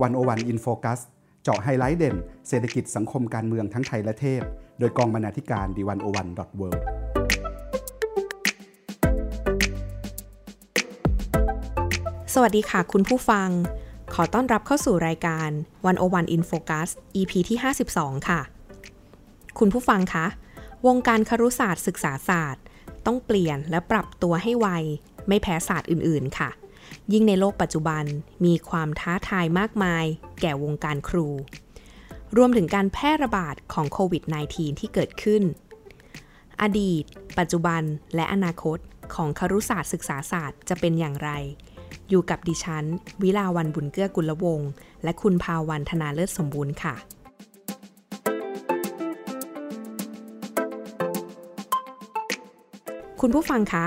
101 in Focus เจาะไฮไลท์เด่นเศรษฐกิจสังคมการเมืองทั้งไทยและเทศโดยกองบรรณาธิการ the101.world สวัสดีค่ะคุณผู้ฟังขอต้อนรับเข้าสู่รายการ101 in Focus EP ที่52ค่ะคุณผู้ฟังคะวงการครุศาสตร์ศึกษาศาสตร์ต้องเปลี่ยนและปรับตัวให้ไวไม่แพ้ศาสตร์อื่นๆค่ะยิ่งในโลกปัจจุบันมีความท้าทายมากมายแก่วงการครูรวมถึงการแพร่ระบาดของโควิด -19 ที่เกิดขึ้นอดีตปัจจุบันและอนาคตของครุศาสตร์ศึกษาศาสตร์จะเป็นอย่างไรอยู่กับดิฉันวิลาวันบุญเกื้อกุลวงศ์และคุณภาวันธนาเลิศสมบูรณ์ค่ะคุณผู้ฟังคะ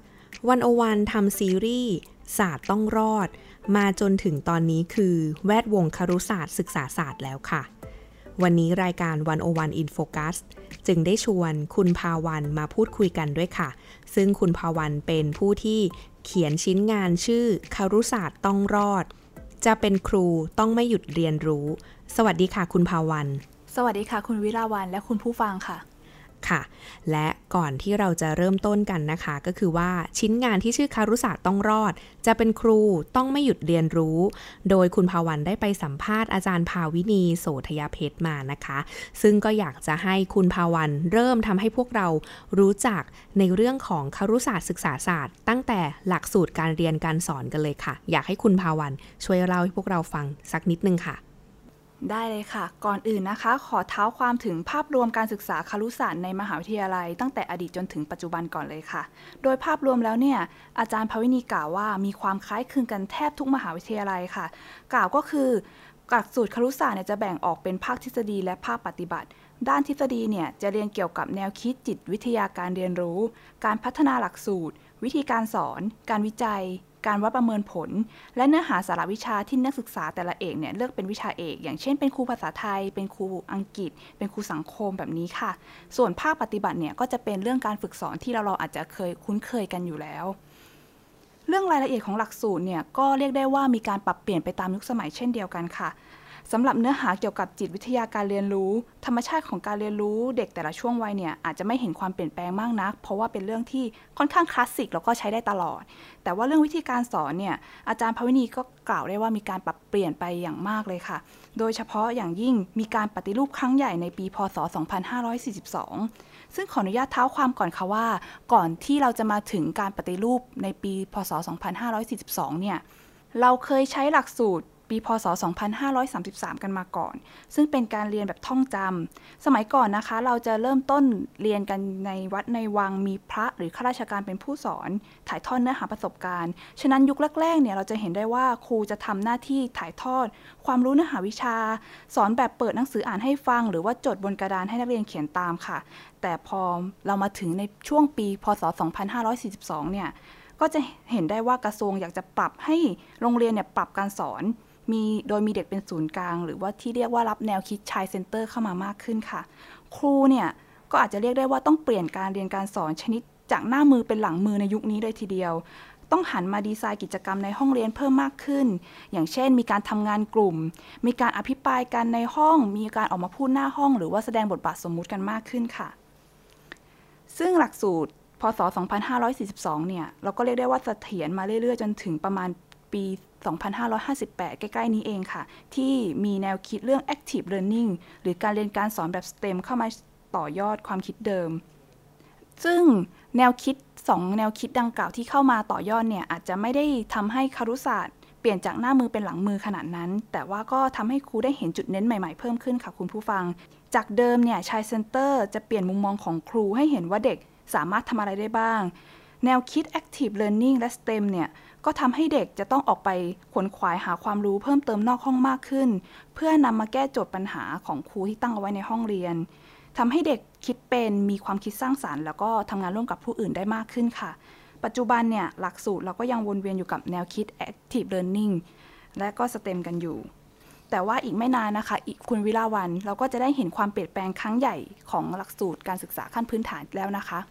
101ทำซีรีส์ศาสตร์ต้องรอดมาจนถึงตอนนี้คือแวดวงครุศาสตร์ศึกษาศาสตร์แล้วค่ะวันนี้รายการ101 in Focus จึงได้ชวนคุณภาวันมาพูดคุยกันด้วยค่ะซึ่งคุณภาวันเป็นผู้ที่เขียนชิ้นงานชื่อครุศาสตร์ต้องรอดจะเป็นครูต้องไม่หยุดเรียนรู้สวัสดีค่ะคุณภาวันสวัสดีค่ะคุณวิลาวันและคุณผู้ฟังค่ะค่ะและก่อนที่เราจะเริ่มต้นกันนะคะก็คือว่าชิ้นงานที่ชื่อครุศาสตร์ต้องรอดจะเป็นครูต้องไม่หยุดเรียนรู้โดยคุณภาวันได้ไปสัมภาษณ์อาจารย์ภาวินีโสธยเพชรมานะคะซึ่งก็อยากจะให้คุณภาวันเริ่มทำให้พวกเรารู้จักในเรื่องของครุศาสตร์ศึกษาศาสตร์ตั้งแต่หลักสูตรการเรียนการสอนกันเลยค่ะอยากให้คุณภาวันช่วยเล่าให้พวกเราฟังสักนิดนึงค่ะได้เลยค่ะก่อนอื่นนะคะขอเท้าความถึงภาพรวมการศึกษาครุศาสตร์ในมหาวิทยาลัยตั้งแต่อดีตจนถึงปัจจุบันก่อนเลยค่ะโดยภาพรวมแล้วเนี่ยอาจารย์ภาวินีกล่าวว่ามีความคล้ายคลึงกันแทบทุกมหาวิทยาลัยค่ะกล่าวก็คือหลักสูตรครุศาสตร์เนี่ยจะแบ่งออกเป็นภาคทฤษฎีและภาคปฏิบัติด้านทฤษฎีเนี่ยจะเรียนเกี่ยวกับแนวคิดจิตวิทยาการเรียนรู้การพัฒนาหลักสูตรวิธีการสอนการวิจัยการวัดประเมินผลและเนื้อหาสาระวิชาที่นักศึกษาแต่ละเอกเนี่ยเลือกเป็นวิชาเอกอย่างเช่นเป็นครูภาษาไทยเป็นครูอังกฤษเป็นครูสังคมแบบนี้ค่ะส่วนภาคปฏิบัติเนี่ยก็จะเป็นเรื่องการฝึกสอนที่เราอาจจะเคยคุ้นเคยกันอยู่แล้วเรื่องรายละเอียดของหลักสูตรเนี่ยก็เรียกได้ว่ามีการปรับเปลี่ยนไปตามยุคสมัยเช่นเดียวกันค่ะสำหรับเนื้อหาเกี่ยวกับจิตวิทยาการเรียนรู้ธรรมชาติของการเรียนรู้เด็กแต่ละช่วงวัยเนี่ยอาจจะไม่เห็นความเปลี่ยนแปลงมากนักเพราะว่าเป็นเรื่องที่ค่อนข้างคลาสสิกแล้วก็ใช้ได้ตลอดแต่ว่าเรื่องวิธีการสอนเนี่ยอาจารย์ภาวินีก็กล่าวได้ว่ามีการปรับเปลี่ยนไปอย่างมากเลยค่ะโดยเฉพาะอย่างยิ่งมีการปฏิรูปครั้งใหญ่ในปีพ.ศ. 2542ซึ่งขออนุญาตเท้าความก่อนค่ะว่าก่อนที่เราจะมาถึงการปฏิรูปในปีพ.ศ. 2542เนี่ยเราเคยใช้หลักสูตรปีพ.ศ. 2533กันมาก่อนซึ่งเป็นการเรียนแบบท่องจำสมัยก่อนนะคะเราจะเริ่มต้นเรียนกันในวัดในวังมีพระหรือข้าราชการเป็นผู้สอนถ่ายทอดเนื้อหาประสบการณ์ฉะนั้นยุคแรกๆเนี่ยเราจะเห็นได้ว่าครูจะทำหน้าที่ถ่ายทอดความรู้เนื้อหาวิชาสอนแบบเปิดหนังสืออ่านให้ฟังหรือว่าจดบนกระดานให้นักเรียนเขียนตามค่ะแต่พอเรามาถึงในช่วงปีพ.ศ. 2542เนี่ยก็จะเห็นได้ว่ากระทรวงอยากจะปรับให้โรงเรียนเนี่ยปรับการสอนโดยมีเด็กเป็นศูนย์กลางหรือว่าที่เรียกว่ารับแนวคิด Child Center เข้ามามากขึ้นค่ะครูเนี่ยก็อาจจะเรียกได้ว่าต้องเปลี่ยนการเรียนการสอนชนิดจากหน้ามือเป็นหลังมือในยุคนี้เลยทีเดียวต้องหันมาดีไซน์กิจกรรมในห้องเรียนเพิ่มมากขึ้นอย่างเช่นมีการทำงานกลุ่มมีการอภิปรายกันในห้องมีการออกมาพูดหน้าห้องหรือว่าแสดงบทบาทสมมุติกันมากขึ้นค่ะซึ่งหลักสูตรพ.ศ. 2542เนี่ยเราก็เรียกได้ว่าเสถียรมาเรื่อยๆจนถึงประมาณปี2558ใกล้ๆนี้เองค่ะที่มีแนวคิดเรื่อง active learning หรือการเรียนการสอนแบบ STEM เข้ามาต่อยอดความคิดเดิมซึ่งแนวคิด2แนวคิดดังกล่าวที่เข้ามาต่อยอดเนี่ยอาจจะไม่ได้ทำให้ครุศาสตร์เปลี่ยนจากหน้ามือเป็นหลังมือขนาดนั้นแต่ว่าก็ทำให้ครูได้เห็นจุดเน้นใหม่ๆเพิ่มขึ้นค่ะคุณผู้ฟังจากเดิมเนี่ย Child Center จะเปลี่ยนมุมมองของครูให้เห็นว่าเด็กสามารถทำอะไรได้บ้างแนวคิด active learning และ STEM เนี่ยก็ทำให้เด็กจะต้องออกไปขวนขวายหาความรู้เพิ่มเติมนอกห้องมากขึ้นเพื่อนำมาแก้โจทย์ปัญหาของครูที่ตั้งเอาไว้ในห้องเรียนทำให้เด็กคิดเป็นมีความคิดสร้างสรรค์แล้วก็ทำงานร่วมกับผู้อื่นได้มากขึ้นค่ะปัจจุบันเนี่ยหลักสูตรเราก็ยังวนเวียนอยู่กับแนวคิด active learning และก็ STEM กันอยู่แต่ว่าอีกไม่นานนะคะคุณวิลาวันเราก็จะได้เห็นความเปลี่ยนแปลงครั้งใหญ่ของหลักสูตรการศึกษาขั้นพื้นฐานแล้วนะคะ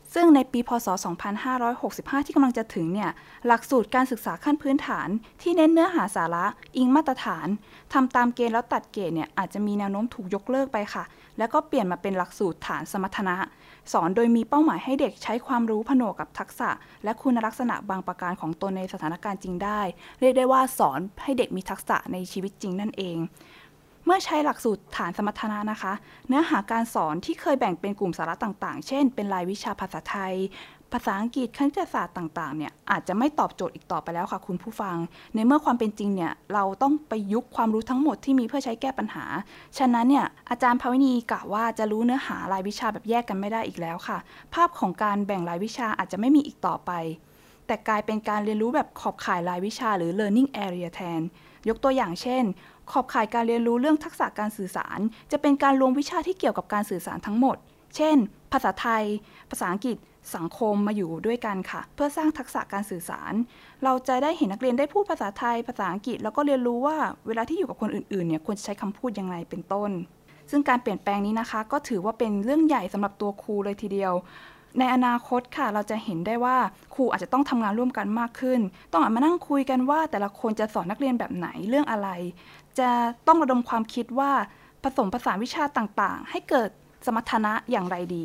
ซึ่งในปีพ.ศ. 2565 ที่กำลังจะถึงเนี่ยหลักสูตรการศึกษาขั้นพื้นฐานที่เน้นเนื้อหาสาระอิงมาตรฐานทำตามเกณฑ์แล้วตัดเกรดเนี่ยอาจจะมีแนวโน้มถูกยกเลิกไปค่ะแล้วก็เปลี่ยนมาเป็นหลักสูตรฐานสมรรถนะสอนโดยมีเป้าหมายให้เด็กใช้ความรู้ผนวกกับทักษะและคุณลักษณะบางประการของตนในสถานการณ์จริงได้เรียกได้ว่าสอนให้เด็กมีทักษะในชีวิตจริงนั่นเองเมื่อใช้หลักสูตรฐานสมรรถนะนะคะเนื้อหาการสอนที่เคยแบ่งเป็นกลุ่มสาระต่างๆเช่นเป็นรายวิชาภาษาไทยภาษาอังกฤษคณิตศาสตร์ต่างๆเนี่ยอาจจะไม่ตอบโจทย์อีกต่อไปแล้วค่ะคุณผู้ฟังในเมื่อความเป็นจริงเนี่ยเราต้องประยุกต์ความรู้ทั้งหมดที่มีเพื่อใช้แก้ปัญหาฉะนั้นเนี่ยอาจารย์ภาวินีกล่าวว่าจะรู้เนื้อหารายวิชาแบบแยกกันไม่ได้อีกแล้วค่ะภาพของการแบ่งรายวิชาอาจจะไม่มีอีกต่อไปแต่กลายเป็นการเรียนรู้แบบขอบข่ายรายวิชาหรือ learning area แทนยกตัวอย่างเช่นขอบข่ายการเรียนรู้เรื่องทักษะการสื่อสารจะเป็นการรวมวิชาที่เกี่ยวกับการสื่อสารทั้งหมดเช่นภาษาไทยภาษาอังกฤษสังคมมาอยู่ด้วยกันค่ะเพื่อสร้างทักษะการสื่อสารเราจะได้เห็นนักเรียนได้พูดภาษาไทยภาษาอังกฤษแล้วก็เรียนรู้ว่าเวลาที่อยู่กับคนอื่นๆเนี่ยควรจะใช้คำพูดยังไงเป็นต้นซึ่งการเปลี่ยนแปลงนี้นะคะก็ถือว่าเป็นเรื่องใหญ่สำหรับตัวครูเลยทีเดียวในอนาคตค่ะเราจะเห็นได้ว่าครูอาจจะต้องทำงานร่วมกันมากขึ้นต้องมานั่งคุยกันว่าแต่ละคนจะสอนนักเรียนแบบไหนเรื่องอะไรจะต้องระดมความคิดว่าผสมผสานวิชาต่างๆให้เกิดสมรรถนะอย่างไรดี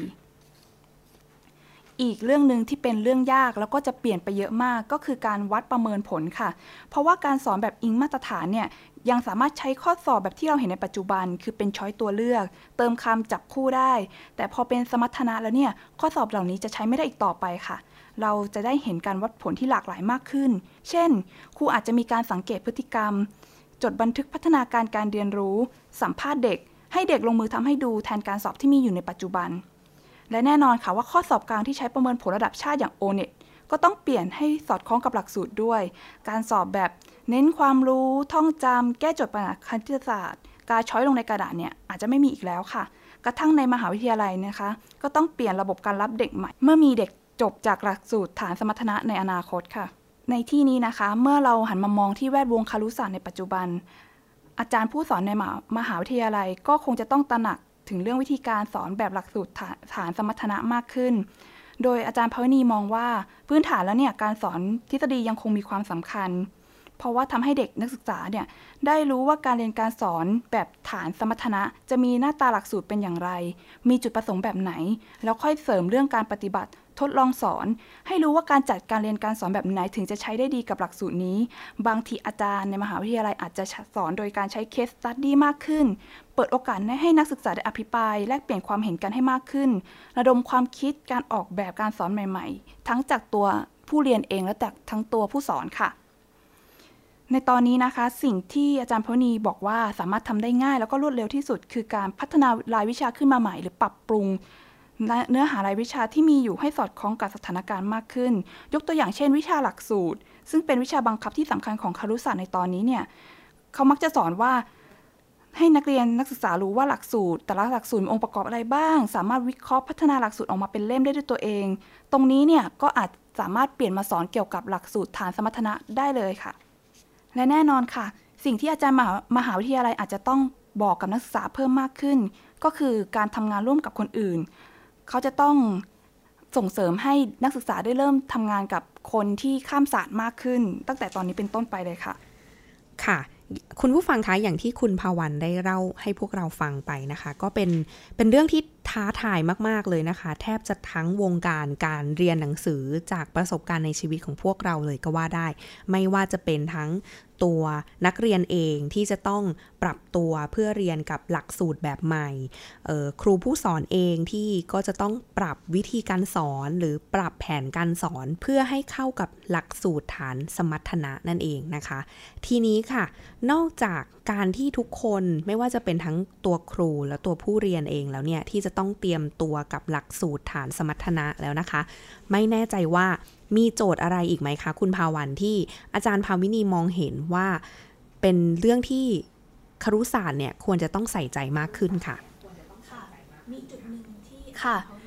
อีกเรื่องนึงที่เป็นเรื่องยากแล้วก็จะเปลี่ยนไปเยอะมากก็คือการวัดประเมินผลค่ะเพราะว่าการสอนแบบอิงมาตรฐานเนี่ยยังสามารถใช้ข้อสอบแบบที่เราเห็นในปัจจุบันคือเป็นช้อยตัวเลือกเติมคำจับคู่ได้แต่พอเป็นสมรรถนะแล้วเนี่ยข้อสอบเหล่านี้จะใช้ไม่ได้อีกต่อไปค่ะเราจะได้เห็นการวัดผลที่หลากหลายมากขึ้นเช่นครูอาจจะมีการสังเกตพฤติกรรมจดบันทึกพัฒนาการการเรียนรู้สัมภาษณ์เด็กให้เด็กลงมือทำให้ดูแทนการสอบที่มีอยู่ในปัจจุบันและแน่นอนค่ะว่าข้อสอบกลางที่ใช้ประเมินผลระดับชาติอย่าง O-NET ก็ต้องเปลี่ยนให้สอดคล้องกับหลักสูตรด้วยการสอบแบบเน้นความรู้ท่องจำแก้โจทย์ปัญหาคณิตศาสตร์การช้อยลงในกระดาษเนี่ยอาจจะไม่มีอีกแล้วค่ะกระทั่งในมหาวิทยาลัยนะคะก็ต้องเปลี่ยนระบบการรับเด็กใหม่เมื่อมีเด็กจบจากหลักสูตรฐานสมรรถนะในอนาคตค่ะในที่นี้นะคะเมื่อเราหันมามองที่แวดวงครุศาสตร์ในปัจจุบันอาจารย์ผู้สอนในมหาวิทยาลัยก็คงจะต้องตระหนักถึงเรื่องวิธีการสอนแบบหลักสูตรฐานสมรรถนะมากขึ้นโดยอาจารย์ภาวินีมองว่าพื้นฐานแล้วเนี่ยการสอนทฤษฎียังคงมีความสำคัญเพราะว่าทำให้เด็กนักศึกษาเนี่ยได้รู้ว่าการเรียนการสอนแบบฐานสมรรถนะจะมีหน้าตาหลักสูตรเป็นอย่างไรมีจุดประสงค์แบบไหนแล้วค่อยเสริมเรื่องการปฏิบัติทดลองสอนให้รู้ว่าการจัดการเรียนการสอนแบบไหนถึงจะใช้ได้ดีกับหลักสูตรนี้บางทีอาจารย์ในมหาวิทยาลัยอาจจะสอนโดยการใช้ case study มากขึ้นเปิดโอกาสให้นักศึกษาได้อภิปรายแลกเปลี่ยนความเห็นกันให้มากขึ้นระดมความคิดการออกแบบการสอนใหม่ๆทั้งจากตัวผู้เรียนเองและจากทั้งตัวผู้สอนค่ะในตอนนี้นะคะสิ่งที่อาจารย์ภาวินีบอกว่าสามารถทำได้ง่ายแล้วก็รวดเร็วที่สุดคือการพัฒนารายวิชาขึ้นมาใหม่หรือปรับปรุงเนื้อหารายวิชาที่มีอยู่ให้สอดคล้องกับสถานการณ์มากขึ้นยกตัวอย่างเช่นวิชาหลักสูตรซึ่งเป็นวิชาบังคับที่สำคัญของครุศาสตร์ในตอนนี้เนี่ยเขามักจะสอนว่าให้นักเรียนนักศึกษารู้ว่าหลักสูตรแต่ละหลักสูตรมีองค์ประกอบอะไรบ้างสามารถวิเคราะห์พัฒนาหลักสูตรออกมาเป็นเล่มได้ด้วยตัวเองตรงนี้เนี่ยก็อาจสามารถเปลี่ยนมาสอนเกี่ยวกับหลักสูตรฐานสมรรถนะได้เลยค่ะและแน่นอนค่ะสิ่งที่อาจารย์มหาวิทยาลัยอาจจะต้องบอกกับนักศึกษาเพิ่มมากขึ้นก็คือการทำงานร่วมกับคนอื่นเขาจะต้องส่งเสริมให้นักศึกษาได้เริ่มทำงานกับคนที่ข้ามศาสตร์มากขึ้นตั้งแต่ตอนนี้เป็นต้นไปเลยค่ะค่ะคุณผู้ฟังคะอย่างที่คุณภาวันได้เล่าให้พวกเราฟังไปนะคะก็เป็นเรื่องที่ท้าทายมากๆเลยนะคะแทบจะทั้งวงการเรียนหนังสือจากประสบการณ์ในชีวิตของพวกเราเลยก็ว่าได้ไม่ว่าจะเป็นทั้งตัวนักเรียนเองที่จะต้องปรับตัวเพื่อเรียนกับหลักสูตรแบบใหม่ครูผู้สอนเองที่ก็จะต้องปรับวิธีการสอนหรือปรับแผนการสอนเพื่อให้เข้ากับหลักสูตรฐานสมรรถนะนั่นเองนะคะทีนี้ค่ะนอกจากการที่ทุกคนไม่ว่าจะเป็นทั้งตัวครูและตัวผู้เรียนเองแล้วเนี่ยที่จะต้องเตรียมตัวกับหลักสูตรฐานสมรรถนะแล้วนะคะไม่แน่ใจว่ามีโจทย์อะไรอีกไหมคะคุณภาวันที่อาจารย์ภาวินีมองเห็นว่าเป็นเรื่องที่ครุศาสตร์เนี่ยควรจะต้องใส่ใจมากขึ้นค่ะมีจุดหนึ่งที่ค่ะ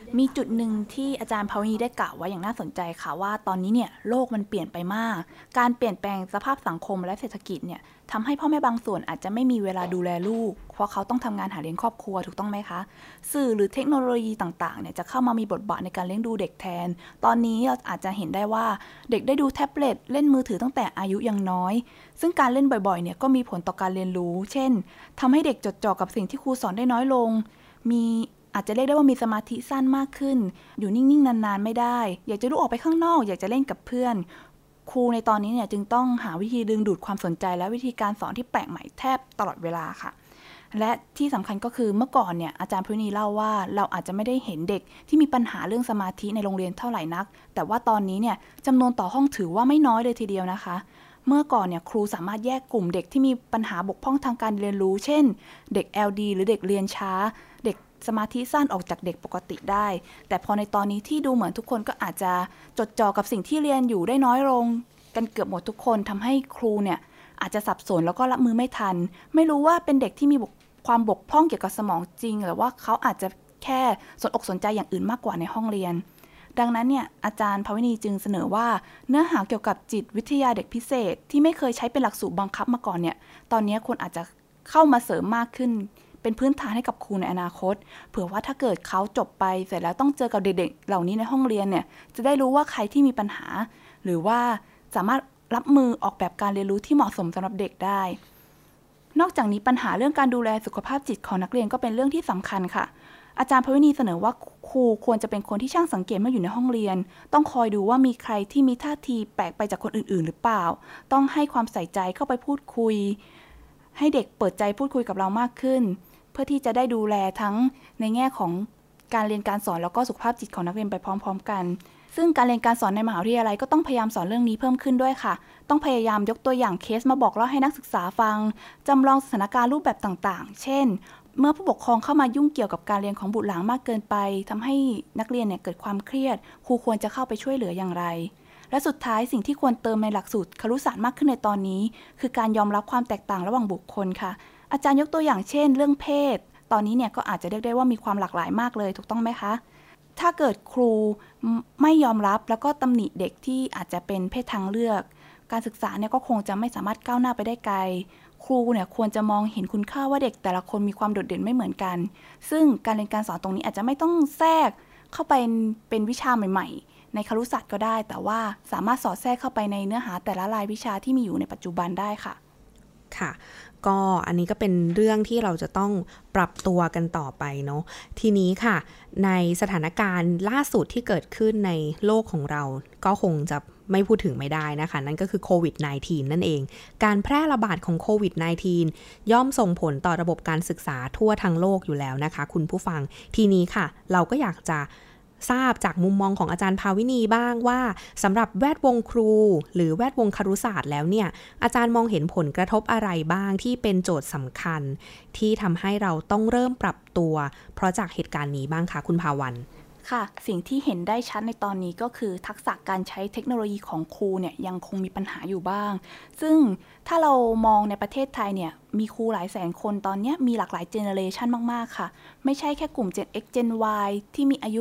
มีจุดหนึ่งที่อาจารย์ภาวนีได้กล่าวไว้อย่างน่าสนใจค่ะว่าตอนนี้เนี่ยโลกมันเปลี่ยนไปมากการเปลี่ยนแปลงสภาพสังคมและเศรษฐกิจเนี่ยทำให้พ่อแม่บางส่วนอาจจะไม่มีเวลาดูแลลูกเพราะเขาต้องทำงานหาเลี้ยงครอบครัวถูกต้องไหมคะสื่อหรือเทคโนโลยีต่างๆเนี่ยจะเข้ามามีบทบาทในการเลี้ยงดูเด็กแทนตอนนี้เราอาจจะเห็นได้ว่าเด็กได้ดูแท็บเล็ตเล่นมือถือตั้งแต่อายุยังน้อยซึ่งการเล่นบ่อยๆเนี่ยก็มีผลต่อการเรียนรู้เช่นทำให้เด็กจดจ่อกับสิ่งที่ครูสอนได้น้อยลงอาจจะเรียกได้ว่ามีสมาธิสั้นมากขึ้นอยู่นิ่งๆนานๆไม่ได้อยากจะลุกออกไปข้างนอกอยากจะเล่นกับเพื่อนครูในตอนนี้เนี่ยจึงต้องหาวิธีดึงดูดความสนใจและวิธีการสอนที่แปลกใหม่แทบตลอดเวลาค่ะและที่สำคัญก็คือเมื่อก่อนเนี่ยอาจารย์พนีเล่าว่าเราอาจจะไม่ได้เห็นเด็กที่มีปัญหาเรื่องสมาธิในโรงเรียนเท่าไหร่นักแต่ว่าตอนนี้เนี่ยจำนวนต่อห้องถือว่าไม่น้อยเลยทีเดียวนะคะเมื่อก่อนเนี่ยครูสามารถแยกกลุ่มเด็กที่มีปัญหาบกพร่องทางการเรียนรู้เช่นเด็ก LD หรือเด็กเรียนช้าเด็กสมาธิสั้นออกจากเด็กปกติได้แต่พอในตอนนี้ที่ดูเหมือนทุกคนก็อาจจะจดจ่อกับสิ่งที่เรียนอยู่ได้น้อยลงกันเกือบหมดทุกคนทำให้ครูเนี่ยอาจจะสับสนแล้วก็รับมือไม่ทันไม่รู้ว่าเป็นเด็กที่มีความบกพร่องเกี่ยวกับสมองจริงหรือว่าเขาอาจจะแค่สนอกสนใจอย่างอื่นมากกว่าในห้องเรียนดังนั้นเนี่ยอาจารย์ภาวนีจึงเสนอว่าเนื้อหาเกี่ยวกับจิตวิทยาเด็กพิเศษที่ไม่เคยใช้เป็นหลักสูตรบังคับมาก่อนเนี่ยตอนนี้ควรอาจจะเข้ามาเสริมมากขึ้นเป็นพื้นฐานให้กับครูในอนาคตเผื่อว่าถ้าเกิดเขาจบไปเสร็จแล้วต้องเจอกับเด็กๆเหล่านี้ในห้องเรียนเนี่ยจะได้รู้ว่าใครที่มีปัญหาหรือว่าสามารถรับมือออกแบบการเรียนรู้ที่เหมาะสมสำหรับเด็กได้นอกจากนี้ปัญหาเรื่องการดูแลสุขภาพจิตของนักเรียนก็เป็นเรื่องที่สำคัญค่ะอาจารย์ภาวนีเสนอว่าครูควรจะเป็นคนที่ช่างสังเกตเมื่ออยู่ในห้องเรียนต้องคอยดูว่ามีใครที่มีท่าทีแปลกไปจากคนอื่นๆหรือเปล่าต้องให้ความใส่ใจเข้าไปพูดคุยให้เด็กเปิดใจพูดคุยกับเรามากขึ้นเพื่อที่จะได้ดูแลทั้งในแง่ของการเรียนการสอนแล้วก็สุขภาพจิตของนักเรียนไปพร้อมๆกันซึ่งการเรียนการสอนในมหาวิทยาลัยก็ต้องพยายามสอนเรื่องนี้เพิ่มขึ้นด้วยค่ะต้องพยายามยกตัวอย่างเคสมาบอกเล่าให้นักศึกษาฟังจำลองสถานการณ์รูปแบบต่างๆเช่นเมื่อผู้ปกครองเข้ามายุ่งเกี่ยวกับการเรียนของบุตรหลานมากเกินไปทำให้นักเรียนเนี่ยเกิดความเครียดครูควรจะเข้าไปช่วยเหลืออย่างไรและสุดท้ายสิ่งที่ควรเติมในหลักสูตรครุศาสตร์มากขึ้นในตอนนี้คือการยอมรับความแตกต่างระหว่างบุคคลค่ะอาจารย์ยกตัวอย่างเช่นเรื่องเพศตอนนี้เนี่ยก็อาจจะเรียกได้ว่ามีความหลากหลายมากเลยถูกต้องไหมคะถ้าเกิดครูไม่ยอมรับแล้วก็ตำหนิเด็กที่อาจจะเป็นเพศทางเลือกการศึกษาเนี่ยก็คงจะไม่สามารถก้าวหน้าไปได้ไกลครูเนี่ยควรจะมองเห็นคุณค่าว่าเด็กแต่ละคนมีความโดดเด่นไม่เหมือนกันซึ่งการเรียนการสอนตรงนี้อาจจะไม่ต้องแทรกเข้าไปเป็นวิชาใหม่ๆในครุศาสตร์ก็ได้แต่ว่าสามารถสอดแทรกเข้าไปในเนื้อหาแต่ละรายวิชาที่มีอยู่ในปัจจุบันได้ค่ะค่ะก็อันนี้ก็เป็นเรื่องที่เราจะต้องปรับตัวกันต่อไปเนาะทีนี้ค่ะในสถานการณ์ล่าสุดที่เกิดขึ้นในโลกของเราก็คงจะไม่พูดถึงไม่ได้นะคะนั่นก็คือโควิด -19 นั่นเองการแพร่ระบาดของโควิด -19 ย่อมส่งผลต่อระบบการศึกษาทั่วทั้งโลกอยู่แล้วนะคะคุณผู้ฟังทีนี้ค่ะเราก็อยากจะทราบจากมุมมองของอาจารย์ภาวินีบ้างว่าสำหรับแวดวงครูหรือแวดวงครุศาสตร์แล้วเนี่ยอาจารย์มองเห็นผลกระทบอะไรบ้างที่เป็นโจทย์สำคัญที่ทำให้เราต้องเริ่มปรับตัวเพราะจากเหตุการณ์นี้บ้างคะคุณภาวันค่ะสิ่งที่เห็นได้ชัดในตอนนี้ก็คือทักษะการใช้เทคโนโลยีของครูเนี่ยยังคงมีปัญหาอยู่บ้างซึ่งถ้าเรามองในประเทศไทยเนี่ยมีครูหลายแสนคนตอนนี้มีหลากหลายเจเนอเรชันมากๆค่ะไม่ใช่แค่กลุ่ม Gen X Gen Y ที่มีอายุ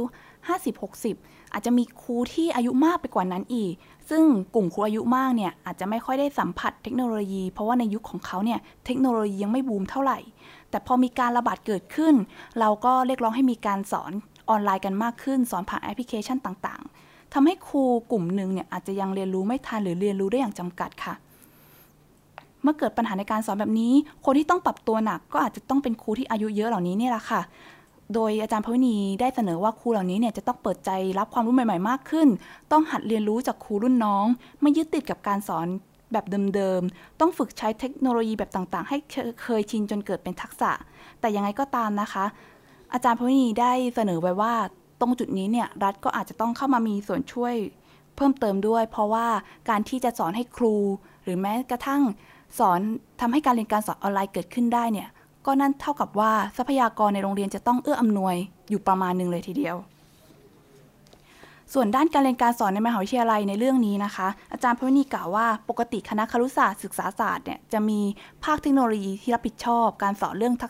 50-60 อาจจะมีครูที่อายุมากไปกว่านั้นอีกซึ่งกลุ่มครูอายุมากเนี่ยอาจจะไม่ค่อยได้สัมผัสเทคโนโลยีเพราะว่าในยุคของเขาเนี่ยเทคโนโลยียังไม่บูมเท่าไหร่แต่พอมีการระบาดเกิดขึ้นเราก็เรียกร้องให้มีการสอนออนไลน์กันมากขึ้นสอนผ่านแอปพลิเคชันต่างๆทำให้ครูกลุ่มหนึ่งเนี่ยอาจจะยังเรียนรู้ไม่ทันหรือเรียนรู้ได้อย่างจำกัดค่ะเมื่อเกิดปัญหาในการสอนแบบนี้คนที่ต้องปรับตัวหนักก็อาจจะต้องเป็นครูที่อายุเยอะเหล่านี้เนี่ยแหละค่ะโดยอาจารย์ภาวินีได้เสนอว่าครูเหล่านี้เนี่ยจะต้องเปิดใจรับความรู้ใหม่ๆมากขึ้นต้องหัดเรียนรู้จากครูรุ่นน้องไม่ยึดติดกับการสอนแบบเดิมๆต้องฝึกใช้เทคโนโลยีแบบต่างๆให้เคยชินจนเกิดเป็นทักษะแต่ยังไงก็ตามนะคะอาจารย์ภาวินีได้เสนอไว้ว่าตรงจุดนี้เนี่ยรัฐก็อาจจะต้องเข้ามามีส่วนช่วยเพิ่มเติมด้วยเพราะว่าการที่จะสอนให้ครูหรือแม้กระทั่งสอนทำให้การเรียนการสอนออนไลน์เกิดขึ้นได้เนี่ยก็นั่นเท่ากับว่าทรัพยากรในโรงเรียนจะต้องเอื้ออำนวยอยู่ประมาณนึงเลยทีเดียวส่วนด้านการเรียนการสอนในมหาวิทยาลัยในเรื่องนี้นะคะอาจารย์ภาวินีกล่าวว่าปกติคณะครุศาสตร์ศึกษาศาสตร์เนี่ยจะมีภาคเทคโนโลยีที่รับผิดชอบการสอนเรื่องทักษะ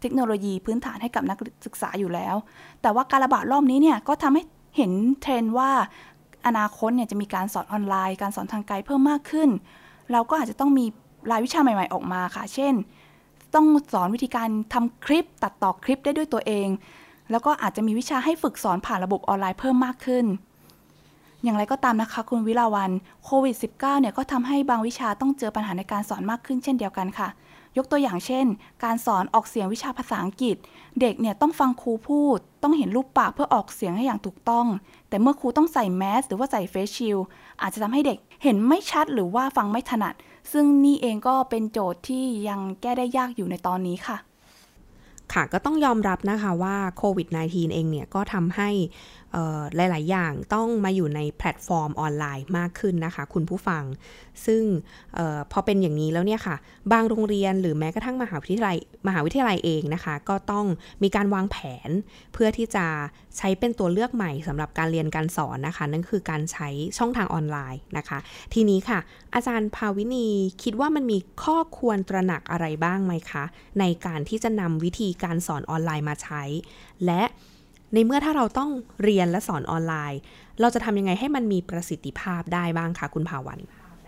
เทคโนโลยีพื้นฐานให้กับนักศึกษาอยู่แล้วแต่ว่าการระบาดรอบนี้เนี่ยก็ทำให้เห็นเทรนด์ว่าอนาคตเนี่ยจะมีการสอนออนไลน์การสอนทางไกลเพิ่มมากขึ้นเราก็อาจจะต้องมีรายวิชาใหม่ๆออกมาค่ะเช่นต้องสอนวิธีการทำคลิปตัดต่อคลิปได้ด้วยตัวเองแล้วก็อาจจะมีวิชาให้ฝึกสอนผ่านระบบออนไลน์เพิ่มมากขึ้นอย่างไรก็ตามนะคะคุณวิลาวันโควิด -19 เนี่ยก็ทำให้บางวิชาต้องเจอปัญหาในการสอนมากขึ้นเช่นเดียวกันค่ะยกตัวอย่างเช่นการสอนออกเสียงวิชาภาษาอังกฤษเด็กเนี่ยต้องฟังครูพูดต้องเห็นรูปปากเพื่อออกเสียงให้อย่างถูกต้องแต่เมื่อครูต้องใส่แมสหรือว่าใส่เฟซชิลด์อาจจะทำให้เด็กเห็นไม่ชัดหรือว่าฟังไม่ถนัดซึ่งนี่เองก็เป็นโจทย์ที่ยังแก้ได้ยากอยู่ในตอนนี้ค่ะค่ะก็ต้องยอมรับนะคะว่าโควิด -19 เองเนี่ยก็ทำให้หลายๆอย่างต้องมาอยู่ในแพลตฟอร์มออนไลน์มากขึ้นนะคะคุณผู้ฟังซึ่งพอเป็นอย่างนี้แล้วเนี่ยค่ะบางโรงเรียนหรือแม้กระทั่งมหาวิทยาลัยเองนะคะก็ต้องมีการวางแผนเพื่อที่จะใช้เป็นตัวเลือกใหม่สำหรับการเรียนการสอนนะคะนั่นคือการใช้ช่องทางออนไลน์นะคะทีนี้ค่ะอาจารย์ภาวินีคิดว่ามันมีข้อควรตระหนักอะไรบ้างไหมคะในการที่จะนำวิธีการสอนออนไลน์มาใช้และในเมื่อถ้าเราต้องเรียนและสอนออนไลน์เราจะทำยังไงให้มันมีประสิทธิภาพได้บ้างคะคุณภาวัน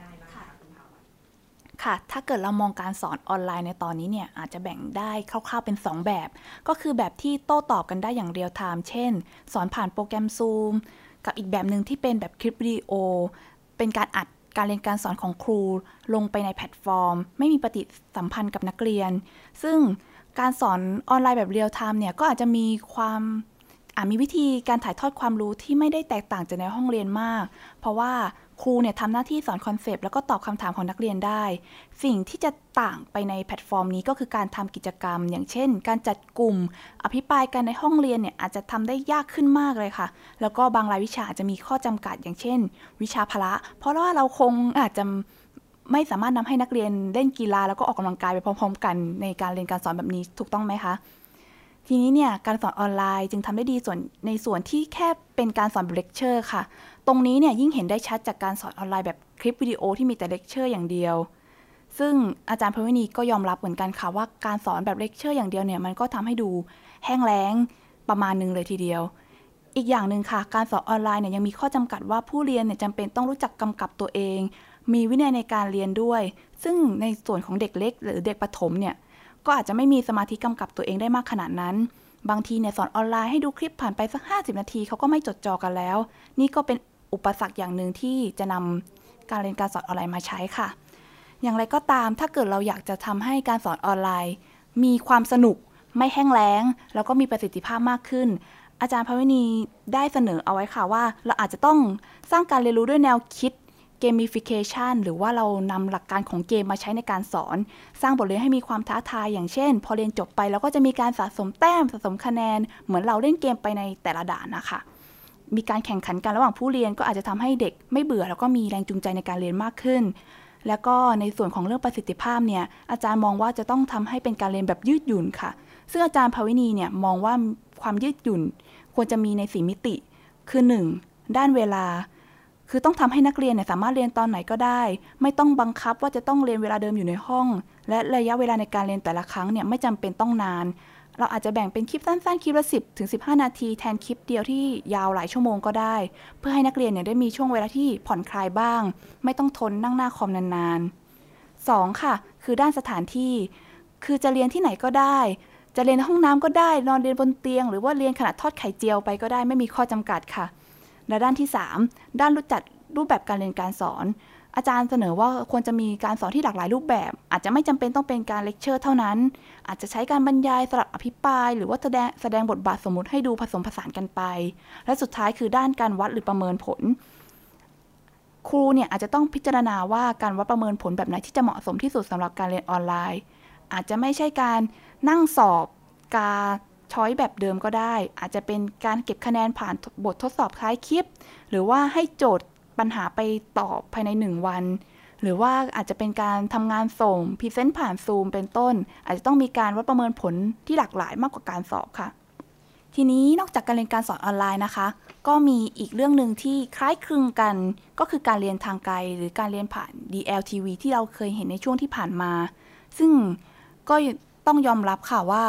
ค่ะถ้าเกิดเรามองการสอนออนไลน์ในตอนนี้เนี่ยอาจจะแบ่งได้คร่าวๆเป็น2แบบก็คือแบบที่โต้ตอบกันได้อย่างเรียลไทม์เช่นสอนผ่านโปรแกรม Zoom กับอีกแบบนึงที่เป็นแบบคลิปวิดีโอเป็นการอัดการเรียนการสอนของครูลงไปในแพลตฟอร์มไม่มีปฏิสัมพันธ์กับนักเรียนซึ่งการสอนออนไลน์แบบเรียลไทม์เนี่ยก็อาจจะมีมีวิธีการถ่ายทอดความรู้ที่ไม่ได้แตกต่างจากในห้องเรียนมากเพราะว่าครูเนี่ยทำหน้าที่สอนคอนเซปต์แล้วก็ตอบคำถามของนักเรียนได้สิ่งที่จะต่างไปในแพลตฟอร์มนี้ก็คือการทำกิจกรรมอย่างเช่นการจัดกลุ่มอภิปรายกันในห้องเรียนเนี่ยอาจจะทำได้ยากขึ้นมากเลยค่ะแล้วก็บางรายวิชาอาจจะมีข้อจำกัดอย่างเช่นวิชาพละเพราะว่าเราคงอาจจะไม่สามารถนำให้นักเรียนเล่นกีฬาแล้วก็ออกกำลังกายไปพร้อมๆกันในการเรียนการสอนแบบนี้ถูกต้องไหมคะทีนี้เนี่ยการสอนออนไลน์จึงทำได้ดีในส่วนที่แค่เป็นการสอนแบบเลคเชอร์ค่ะตรงนี้เนี่ยยิ่งเห็นได้ชัดจากการสอนออนไลน์แบบคลิปวิดีโอที่มีแต่เลคเชอร์อย่างเดียวซึ่งอาจารย์ภวินีก็ยอมรับเหมือนกันค่ะว่าการสอนแบบเลคเชอร์อย่างเดียวเนี่ยมันก็ทำให้ดูแห้งแล้งประมาณนึงเลยทีเดียวอีกอย่างนึงค่ะการสอนออนไลน์เนี่ยยังมีข้อจำกัดว่าผู้เรียนเนี่ยจำเป็นต้องรู้จักกำกับตัวเองมีวินัยในการเรียนด้วยซึ่งในส่วนของเด็กเล็กหรือเด็กประถมเนี่ยก็อาจจะไม่มีสมาธิกำกับตัวเองได้มากขนาดนั้นบางทีเนี่ยสอนออนไลน์ให้ดูคลิปผ่านไปสัก50นาทีเขาก็ไม่จดจ่อกันแล้วนี่ก็เป็นอุปสรรคอย่างหนึ่งที่จะนำการเรียนการสอนออนไลน์มาใช้ค่ะอย่างไรก็ตามถ้าเกิดเราอยากจะทำให้การสอนออนไลน์มีความสนุกไม่แห้งแล้งแล้วก็มีประสิทธิภาพมากขึ้นอาจารย์ภวินีได้เสนอเอาไว้ค่ะว่าเราอาจจะต้องสร้างการเรียนรู้ด้วยแนวคิดgamification หรือว่าเรานำหลักการของเกมมาใช้ในการสอนสร้างบทเรียนให้มีความท้าทายอย่างเช่นพอเรียนจบไปเราก็จะมีการสะสมแต้มสะสมคะแนนเหมือนเราเล่นเกมไปในแต่ละด่านนะคะมีการแข่งขันกันระหว่างผู้เรียนก็อาจจะทำให้เด็กไม่เบื่อแล้วก็มีแรงจูงใจในการเรียนมากขึ้นแล้วก็ในส่วนของเรื่องประสิทธิภาพเนี่ยอาจารย์มองว่าจะต้องทำให้เป็นการเรียนแบบยืดหยุ่นค่ะซึ่งอาจารย์ภวินีเนี่ยมองว่าความยืดหยุ่นควรจะมีใน4มิติคือ 1. ด้านเวลาคือต้องทำให้นักเรียนเนี่ยสามารถเรียนตอนไหนก็ได้ไม่ต้องบังคับว่าจะต้องเรียนเวลาเดิมอยู่ในห้องและระยะเวลาในการเรียนแต่ละครั้งเนี่ยไม่จำเป็นต้องนานเราอาจจะแบ่งเป็นคลิปสั้นๆคลิปละ10 ถึง 15 นาทีแทนคลิปเดียวที่ยาวหลายชั่วโมงก็ได้เพื่อให้นักเรียนเนี่ยได้มีช่วงเวลาที่ผ่อนคลายบ้างไม่ต้องทนนั่งหน้าคอมนานๆ 2. ค่ะคือด้านสถานที่คือจะเรียนที่ไหนก็ได้จะเรียนในห้องน้ำก็ได้นอนเรียนบนเตียงหรือว่าเรียนขณะทอดไข่เจียวไปก็ได้ไม่มีข้อจำกัดค่ะและด้านที่ 3 ด้านจัดรูปแบบการเรียนการสอนอาจารย์เสนอว่าควรจะมีการสอนที่หลากหลายรูปแบบอาจจะไม่จำเป็นต้องเป็นการเลคเชอร์เท่านั้นอาจจะใช้การบรรยายสลับอภิปรายหรือว่าแสดงบทบาทสมมุติให้ดูผสมผสานกันไปและสุดท้ายคือด้านการวัดหรือประเมินผลครูเนี่ยอาจจะต้องพิจารณาว่าการวัดประเมินผลแบบไหนที่จะเหมาะสมที่สุดสำหรับการเรียนออนไลน์อาจจะไม่ใช่การนั่งสอบการช้อยแบบเดิมก็ได้อาจจะเป็นการเก็บคะแนนผ่านบททดสอบท้ายคลิปหรือว่าให้โจทย์ปัญหาไปตอบภายใน1วันหรือว่าอาจจะเป็นการทำงานส่งพรีเซนต์ผ่านซูมเป็นต้นอาจจะต้องมีการวัดประเมินผลที่หลากหลายมากกว่าการสอบค่ะทีนี้นอกจากการเรียนการสอนออนไลน์นะคะก็มีอีกเรื่องนึงที่คล้ายคลึงกันก็คือการเรียนทางไกลหรือการเรียนผ่าน DLTV ที่เราเคยเห็นในช่วงที่ผ่านมาซึ่งก็ต้องยอมรับค่ะว่า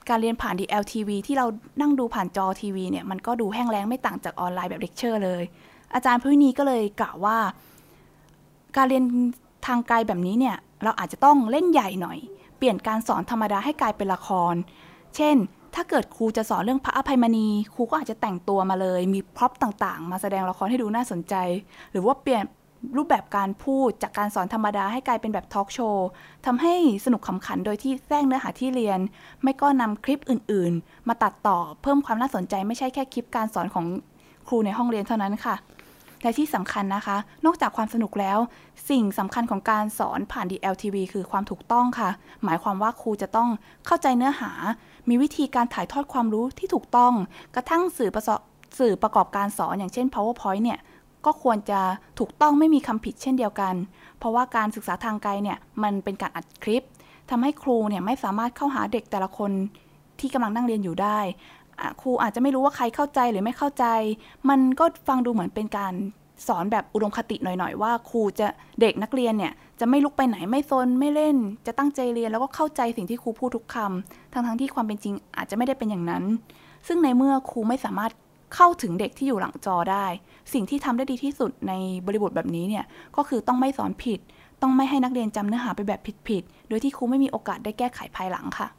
การเรียนผ่าน DLTV ที่เรานั่งดูผ่านจอทีวีเนี่ยมันก็ดูแห้งแล้งไม่ต่างจากออนไลน์แบบเลคเชอร์เลยอาจารย์พวินีก็เลยกล่าวว่าการเรียนทางไกลแบบนี้เนี่ยเราอาจจะต้องเล่นใหญ่หน่อยเปลี่ยนการสอนธรรมดาให้กลายเป็นละครเช่นถ้าเกิดครูจะสอนเรื่องพระอภัยมณีครูก็อาจจะแต่งตัวมาเลยมีพร็อพต่างๆมาแสดงละครให้ดูน่าสนใจหรือว่าเปลี่ยนรูปแบบการพูดจากการสอนธรรมดาให้กลายเป็นแบบทอล์กโชว์ทำให้สนุกขำขันโดยที่แทรกเนื้อหาที่เรียนไม่ก็นำคลิปอื่นๆมาตัดต่อเพิ่มความน่าสนใจไม่ใช่แค่คลิปการสอนของครูในห้องเรียนเท่านั้นค่ะและที่สำคัญนะคะนอกจากความสนุกแล้วสิ่งสำคัญของการสอนผ่าน DLTV คือความถูกต้องค่ะหมายความว่าครูจะต้องเข้าใจเนื้อหามีวิธีการถ่ายทอดความรู้ที่ถูกต้องกระทั่งสื่อประกอบการสอนอย่างเช่น PowerPoint เนี่ยก็ควรจะถูกต้องไม่มีคำผิดเช่นเดียวกันเพราะว่าการศึกษาทางไกลเนี่ยมันเป็นการอัดคลิปทำให้ครูเนี่ยไม่สามารถเข้าหาเด็กแต่ละคนที่กำลังนั่งเรียนอยู่ได้ครูอาจจะไม่รู้ว่าใครเข้าใจหรือไม่เข้าใจมันก็ฟังดูเหมือนเป็นการสอนแบบอุดมคติหน่อยๆว่าครูจะเด็กนักเรียนเนี่ยจะไม่ลุกไปไหนไม่ซนไม่เล่นจะตั้งใจเรียนแล้วก็เข้าใจสิ่งที่ครูพูดทุกคำทั้งที่ความเป็นจริงอาจจะไม่ได้เป็นอย่างนั้นซึ่งในเมื่อครูไม่สามารถเข้าถึงเด็กที่อยู่หลังจอได้สิ่งที่ทำได้ดีที่สุดในบริบทแบบนี้เนี่ยก็คือต้องไม่สอนผิดต้องไม่ให้นักเรียนจำเนื้อหาไปแบบผิดๆโดยที่ครูไม่มีโอกาสได้แก้ไขภายหลังค่ะ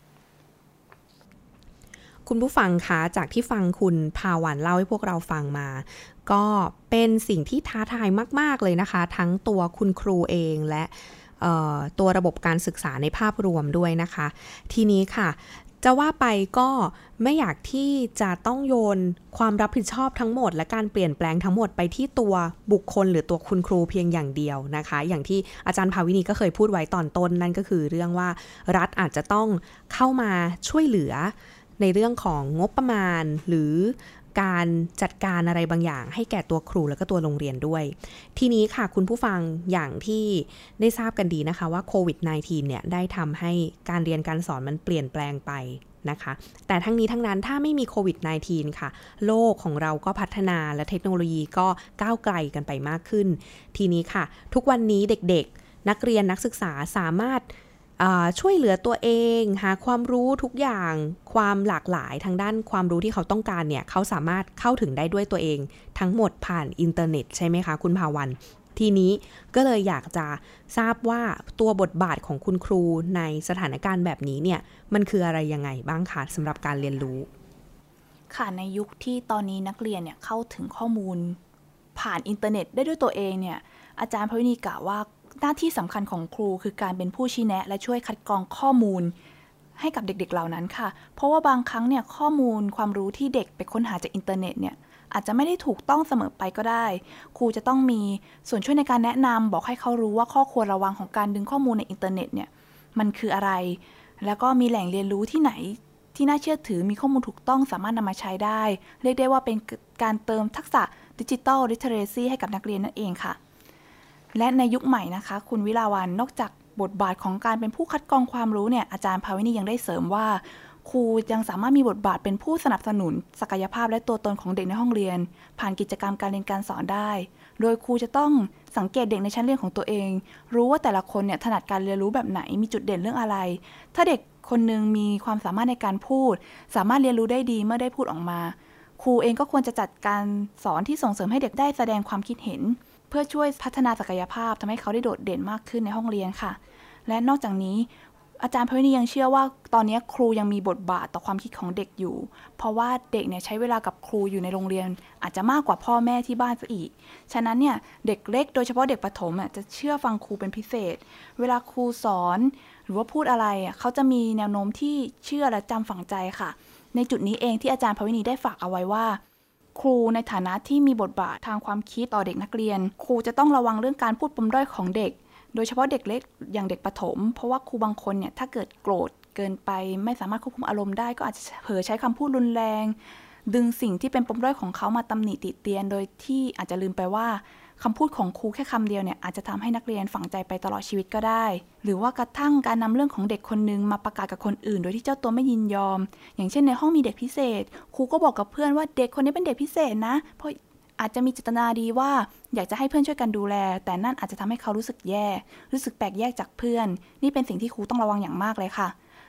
คุณผู้ฟังคะจากที่ฟังคุณภาวันเล่าให้พวกเราฟังมาก็เป็นสิ่งที่ท้าทายมากๆเลยนะคะทั้งตัวคุณครูเองและตัวระบบการศึกษาในภาพรวมด้วยนะคะทีนี้ค่ะจะว่าไปก็ไม่อยากที่จะต้องโยนความรับผิดชอบทั้งหมดและการเปลี่ยนแปลงทั้งหมดไปที่ตัวบุคคลหรือตัวคุณครูเพียงอย่างเดียวนะคะอย่างที่อาจารย์ภาวินีก็เคยพูดไว้ตอนต้นนั่นก็คือเรื่องว่ารัฐอาจจะต้องเข้ามาช่วยเหลือในเรื่องของงบประมาณหรือการจัดการอะไรบางอย่างให้แก่ตัวครูและก็ตัวโรงเรียนด้วยทีนี้ค่ะคุณผู้ฟังอย่างที่ได้ทราบกันดีนะคะว่าโควิด -19 เนี่ยได้ทำให้การเรียนการสอนมันเปลี่ยนแปลงไปนะคะแต่ทั้งนี้ทั้งนั้นถ้าไม่มีโควิด -19 ค่ะโลกของเราก็พัฒนาและเทคโนโลยีก็ก้าวไกลกันไปมากขึ้นทีนี้ค่ะทุกวันนี้เด็กๆนักเรียนนักศึกษาสามารถช่วยเหลือตัวเองหาความรู้ทุกอย่างความหลากหลายทางด้านความรู้ที่เขาต้องการเนี่ยเขาสามารถเข้าถึงได้ด้วยตัวเองทั้งหมดผ่านอินเทอร์เน็ตใช่ไหมคะคุณภาวันทีนี้ก็เลยอยากจะทราบว่าตัวบทบาทของคุณครูในสถานการณ์แบบนี้เนี่ยมันคืออะไรยังไงบ้างคะสำหรับการเรียนรู้ค่ะในยุคที่ตอนนี้นักเรียนเนี่ยเข้าถึงข้อมูลผ่านอินเทอร์เน็ตได้ด้วยตัวเองเนี่ยอาจารย์ภวินีกล่าวว่าหน้าที่สำคัญของครูคือการเป็นผู้ชี้แนะและช่วยคัดกรองข้อมูลให้กับเด็กๆเหล่านั้นค่ะเพราะว่าบางครั้งเนี่ยข้อมูลความรู้ที่เด็กไปค้นหาจากอินเทอร์เน็ตเนี่ยอาจจะไม่ได้ถูกต้องเสมอไปก็ได้ครูจะต้องมีส่วนช่วยในการแนะนำบอกให้เขารู้ว่าข้อควรระวังของการดึงข้อมูลในอินเทอร์เน็ตเนี่ยมันคืออะไรแล้วก็มีแหล่งเรียนรู้ที่ไหนที่น่าเชื่อถือมีข้อมูลถูกต้องสามารถนำมาใช้ได้เรียกได้ว่าเป็นการเติมทักษะดิจิทัลลิเทเรซีให้กับนักเรียนนั่นเองค่ะและในยุคใหม่นะคะคุณวิลาวันนอกจากบทบาทของการเป็นผู้คัดกรองความรู้เนี่ยอาจารย์ภาวินียังได้เสริมว่าครูยังสามารถมีบทบาทเป็นผู้สนับสนุนศักยภาพและตัวตนของเด็กในห้องเรียนผ่านกิจกรรมการเรียนการสอนได้โดยครูจะต้องสังเกตเด็กในชั้นเรียนของตัวเองรู้ว่าแต่ละคนเนี่ยถนัดการเรียนรู้แบบไหนมีจุดเด่นเรื่องอะไรถ้าเด็กคนนึงมีความสามารถในการพูดสามารถเรียนรู้ได้ดีเมื่อได้พูดออกมาครูเองก็ควรจะจัดการสอนที่ส่งเสริมให้เด็กได้แสดงความคิดเห็นเพื่อช่วยพัฒนาศักยภาพทำให้เขาได้โดดเด่นมากขึ้นในห้องเรียนค่ะและนอกจากนี้อาจารย์ภวินียังเชื่อว่าตอนนี้ครูยังมีบทบาทต่อความคิดของเด็กอยู่เพราะว่าเด็กเนี่ยใช้เวลากับครูอยู่ในโรงเรียนอาจจะมากกว่าพ่อแม่ที่บ้านซะอีกฉะนั้นเนี่ยเด็กเล็กโดยเฉพาะเด็กประถมจะเชื่อฟังครูเป็นพิเศษเวลาครูสอนหรือว่าพูดอะไรเขาจะมีแนวโน้มที่เชื่อและจำฝังใจค่ะในจุดนี้เองที่อาจารย์ภวินีได้ฝากเอาไว้ว่าครูในฐานะที่มีบทบาททางความคิดต่อเด็กนักเรียนครูจะต้องระวังเรื่องการพูดปมด้อยของเด็กโดยเฉพาะเด็กเล็กอย่างเด็กประถมเพราะว่าครูบางคนเนี่ยถ้าเกิดโกรธเกินไปไม่สามารถควบคุมอารมณ์ได้ก็อาจจะเผลอใช้คำพูดรุนแรงดึงสิ่งที่เป็นปมด้อยของเขามาตำหนิติเตียนโดยที่อาจจะลืมไปว่าคำพูดของครูแค่คำเดียวเนี่ยอาจจะทำให้นักเรียนฝังใจไปตลอดชีวิตก็ได้หรือว่ากระทั่งการนำเรื่องของเด็กคนนึงมาประกาศกับคนอื่นโดยที่เจ้าตัวไม่ยินยอมอย่างเช่นในห้องมีเด็กพิเศษครูก็บอกกับเพื่อนว่าเด็กคนนี้เป็นเด็กพิเศษนะเพราะอาจจะมีเจตนาดีว่าอยากจะให้เพื่อนช่วยกันดูแลแต่นั่นอาจจะทำให้เขารู้สึกแย่รู้สึกแปลกแยกจากเพื่อนนี่เป็นสิ่งที่ครูต้องระวังอย่างมากเลยค่ะ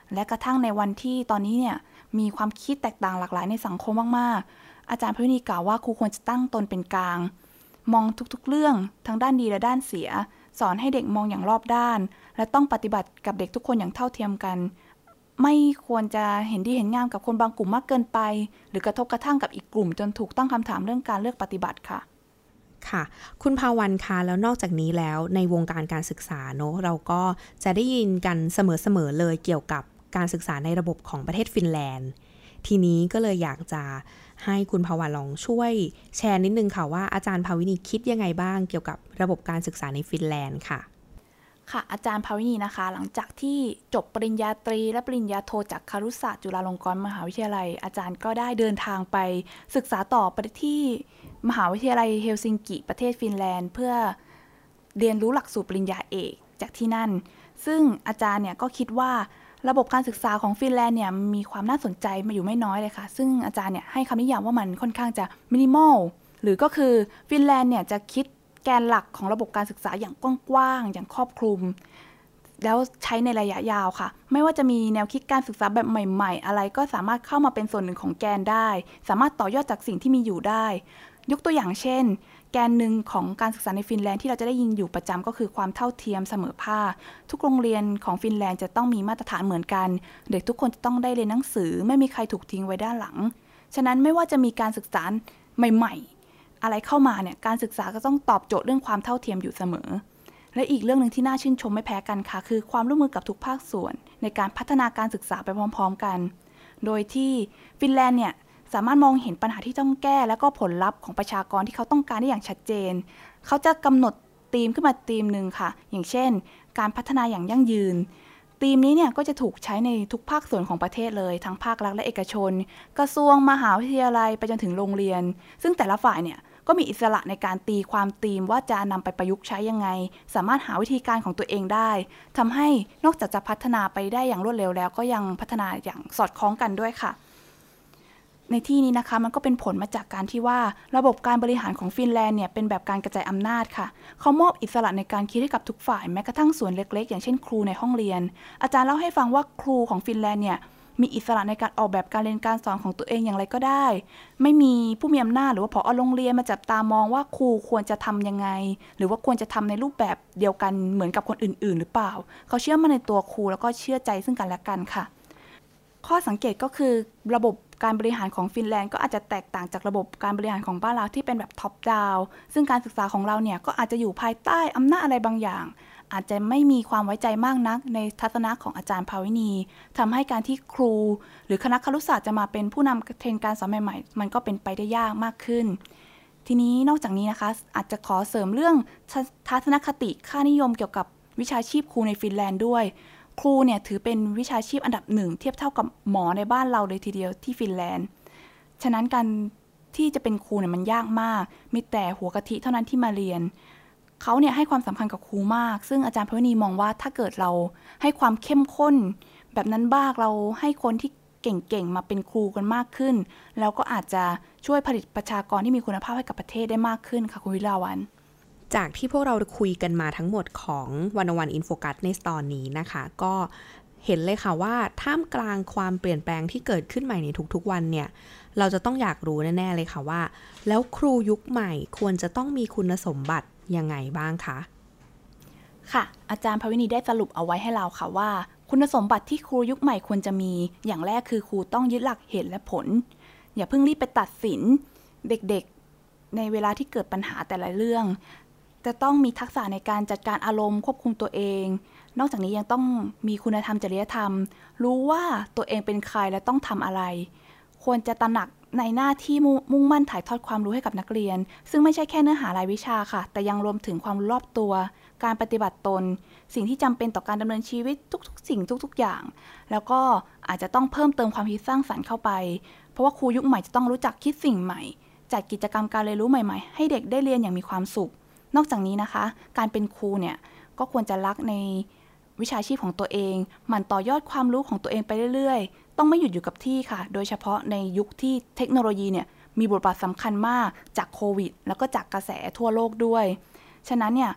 และกระทั่งในวันที่ตอนนี้เนี่ยมีความคิดแตกต่างหลากหลายในสังคมมากๆอาจารย์พวินีกล่าวว่าครูควรจะตั้งตนเป็นกลางมองทุกๆเรื่องทั้งด้านดีและด้านเสียสอนให้เด็กมองอย่างรอบด้านและต้องปฏิบัติกับเด็กทุกคนอย่างเท่าเทียมกันไม่ควรจะเห็นดีเห็นงามกับคนบางกลุ่มมากเกินไปหรือกระทบกระทั่งกับอีกกลุ่มจนถูกตั้งคำถามเรื่องการเลือกปฏิบัติค่ะค่ะคุณภาวันคะแล้วนอกจากนี้แล้วในวงการการศึกษาเนอะเราก็จะได้ยินกันเสมอๆเลยเกี่ยวกับการศึกษาในระบบของประเทศฟินแลนด์ทีนี้ก็เลยอยากจะให้คุณภาวันลองช่วยแชร์นิดนึงค่ะว่าอาจารย์ภาวินีคิดยังไงบ้างเกี่ยวกับระบบการศึกษาในฟินแลนด์ค่ะค่ะอาจารย์ภาวินีนะคะหลังจากที่จบปริญญาตรีและปริญญาโทจากครุศาสตร์จุฬาลงกรณ์มหาวิทยาลัยอาจารย์ก็ได้เดินทางไปศึกษาต่อไปที่มหาวิทยาลัยเฮลซิงกิประเทศฟินแลนด์เพื่อเรียนรู้หลักสูตรปริญญาเอกจากที่นั่นซึ่งอาจารย์เนี่ยก็คิดว่าระบบการศึกษาของฟินแลนด์เนี่ยมีความน่าสนใจมาอยู่ไม่น้อยเลยค่ะซึ่งอาจารย์เนี่ยให้คำนิยามว่ามันค่อนข้างจะมินิมอลหรือก็คือฟินแลนด์เนี่ยจะคิดแกนหลักของระบบการศึกษาอย่างกว้างๆอย่างครอบคลุมแล้วใช้ในระยะยาวค่ะไม่ว่าจะมีแนวคิดการศึกษาแบบใหม่ๆอะไรก็สามารถเข้ามาเป็นส่วนหนึ่งของแกนได้สามารถต่อยอดจากสิ่งที่มีอยู่ได้ยกตัวอย่างเช่นแกนหนึ่งของการศึกษาในฟินแลนด์ที่เราจะได้ยินอยู่ประจำก็คือความเท่าเทียมเสมอภาคทุกโรงเรียนของฟินแลนด์จะต้องมีมาตรฐานเหมือนกันเด็กทุกคนจะต้องได้เรียนหนังสือไม่มีใครถูกทิ้งไว้ด้านหลังฉะนั้นไม่ว่าจะมีการศึกษาใหม่ๆอะไรเข้ามาเนี่ยการศึกษาก็ต้องตอบโจทย์เรื่องความเท่าเทียมอยู่เสมอและอีกเรื่องนึงที่น่าชื่นชมไม่แพ้กันค่ะคือความร่วมมือกับทุกภาคส่วนในการพัฒนาการศึกษาไปพร้อมๆกันโดยที่ฟินแลนด์เนี่ยสามารถมองเห็นปัญหาที่ต้องแก้และก็ผลลัพธ์ของประชากรที่เขาต้องการได้อย่างชัดเจนเขาจะกำหนดธีมขึ้นมาธีมหนึ่งค่ะอย่างเช่นการพัฒนาอย่างยั่งยืนธีมนี้เนี่ยก็จะถูกใช้ในทุกภาคส่วนของประเทศเลยทั้งภาครัฐและเอกชนกระทรวงมหาวิทยาลัยไปจนถึงโรงเรียนซึ่งแต่ละฝ่ายเนี่ยก็มีอิสระในการตีความธีมว่าจะนำไปประยุกต์ใช้ยังไงสามารถหาวิธีการของตัวเองได้ทำให้นอกจากจะพัฒนาไปได้อย่างรวดเร็วแล้วก็ยังพัฒนาอย่างสอดคล้องกันด้วยค่ะในที่นี้นะคะมันก็เป็นผลมาจากการที่ว่าระบบการบริหารของฟินแลนด์เนี่ยเป็นแบบการกระจายอำนาจค่ะเขามอบอิสระในการคิดให้กับทุกฝ่ายแม้กระทั่งส่วนเล็กๆอย่างเช่นครูในห้องเรียนอาจารย์เล่าให้ฟังว่าครูของฟินแลนด์เนี่ยมีอิสระในการออกแบบการเรียนการสอนของตัวเองอย่างไรก็ได้ไม่มีผู้มีอำนาจหรือว่าผอ.โรงเรียนมาจับตามองว่าครูควรจะทำยังไงหรือว่าควรจะทำในรูปแบบเดียวกันเหมือนกับคนอื่นๆหรือเปล่าเขาเชื่อมั่นในตัวครูแล้วก็เชื่อใจซึ่งกันและกันค่ะข้อสังเกตก็คือระบบการบริหารของฟินแลนด์ก็อาจจะแตกต่างจากระบบการบริหารของบ้านเราที่เป็นแบบท็อปดาวน์ซึ่งการศึกษาของเราเนี่ยก็อาจจะอยู่ภายใต้อำนาจอะไรบางอย่างอาจจะไม่มีความไว้ใจมากนักในทัศนะของอาจารย์ภาวินีทำให้การที่ครูหรือคณะครุศาสตร์จะมาเป็นผู้นำเทรนการสอนใหม่ๆมันก็เป็นไปได้ยากมากขึ้นทีนี้นอกจากนี้นะคะอาจจะขอเสริมเรื่องทัศนคติค่านิยมเกี่ยวกับวิชาชีพครูในฟินแลนด์ด้วยครูเนี่ยถือเป็นวิชาชีพอันดับหนึ่งเทียบเท่ากับหมอในบ้านเราเลยทีเดียวที่ฟินแลนด์ฉะนั้นการที่จะเป็นครูเนี่ยมันยากมากมีแต่หัวกะทิเท่านั้นที่มาเรียนเขาเนี่ยให้ความสำคัญกับครูมากซึ่งอาจารย์ภาวินีมองว่าถ้าเกิดเราให้ความเข้มข้นแบบนั้นบ้างเราให้คนที่เก่งๆมาเป็นครูกันมากขึ้นแล้วก็อาจจะช่วยผลิตประชากรที่มีคุณภาพให้กับประเทศได้มากขึ้นค่ะคุณวิลาวันจากที่พวกเราคุยกันมาทั้งหมดของ101 อินโฟกัสในตอนนี้นะคะก็เห็นเลยค่ะว่าท่ามกลางความเปลี่ยนแปลงที่เกิดขึ้นใหม่ในทุกๆวันเนี่ยเราจะต้องอยากรู้แน่ๆเลยค่ะว่าแล้วครูยุคใหม่ควรจะต้องมีคุณสมบัติยังไงบ้างคะค่ะอาจารย์ภาวินีได้สรุปเอาไว้ให้เราค่ะว่าคุณสมบัติที่ครูยุคใหม่ควรจะมีอย่างแรกคือครูต้องยึดหลักเหตุและผลอย่าเพิ่งรีบไปตัดสินเด็กๆในเวลาที่เกิดปัญหาแต่ละเรื่องจะต้องมีทักษะในการจัดการอารมณ์ควบคุมตัวเองนอกจากนี้ยังต้องมีคุณธรรมจริยธรรมรู้ว่าตัวเองเป็นใครและต้องทำอะไรควรจะตระหนักในหน้าที่มุ่งมั่นถ่ายทอดความรู้ให้กับนักเรียนซึ่งไม่ใช่แค่เนื้อหารายวิชาค่ะแต่ยังรวมถึงความรู้รอบตัวการปฏิบัติตนสิ่งที่จำเป็นต่อการดำเนินชีวิตทุกๆสิ่งทุกๆอย่างแล้วก็อาจจะต้องเพิ่มเติมความคิดสร้างสรรค์เข้าไปเพราะว่าครูยุคใหม่จะต้องรู้จักคิดสิ่งใหม่จัดกิจกรรมการเรียนรู้ใหม่ๆให้เด็กได้เรียนอย่างมีความสุขนอกจากนี้นะคะการเป็นครูเนี่ยก็ควรจะรักในวิชาชีพของตัวเองหมั่นต่อยอดความรู้ของตัวเองไปเรื่อยๆต้องไม่หยุดอยู่กับที่ค่ะโดยเฉพาะในยุคที่เทคโนโลยีเนี่ยมีบทบาทสำคัญมากจากโควิดแล้วก็จากกระแสทั่วโลกด้วยฉะนั้นเนี่ย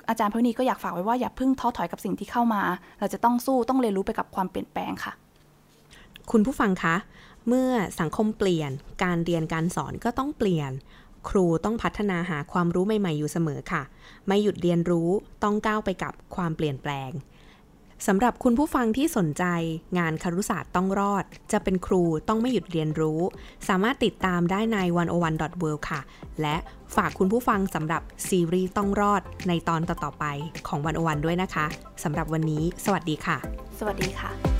อาจารย์พวินีก็อยากฝากไว้ว่าอย่าเพิ่งท้อถอยกับสิ่งที่เข้ามาเราจะต้องสู้ต้องเรียนรู้ไปกับความเปลี่ยนแปลงค่ะคุณผู้ฟังคะเมื่อสังคมเปลี่ยนการเรียนการสอนก็ต้องเปลี่ยนครูต้องพัฒนาหาความรู้ใหม่ๆอยู่เสมอค่ะไม่หยุดเรียนรู้ต้องก้าวไปกับความเปลี่ยนแปลงสำหรับคุณผู้ฟังที่สนใจงานครุศาสตร์ต้องรอดจะเป็นครูต้องไม่หยุดเรียนรู้สามารถติดตามได้ใน 101.world ค่ะและฝากคุณผู้ฟังสำหรับซีรีส์ต้องรอดในตอนต่อๆไปของ101ด้วยนะคะสำหรับวันนี้สวัสดีค่ะสวัสดีค่ะ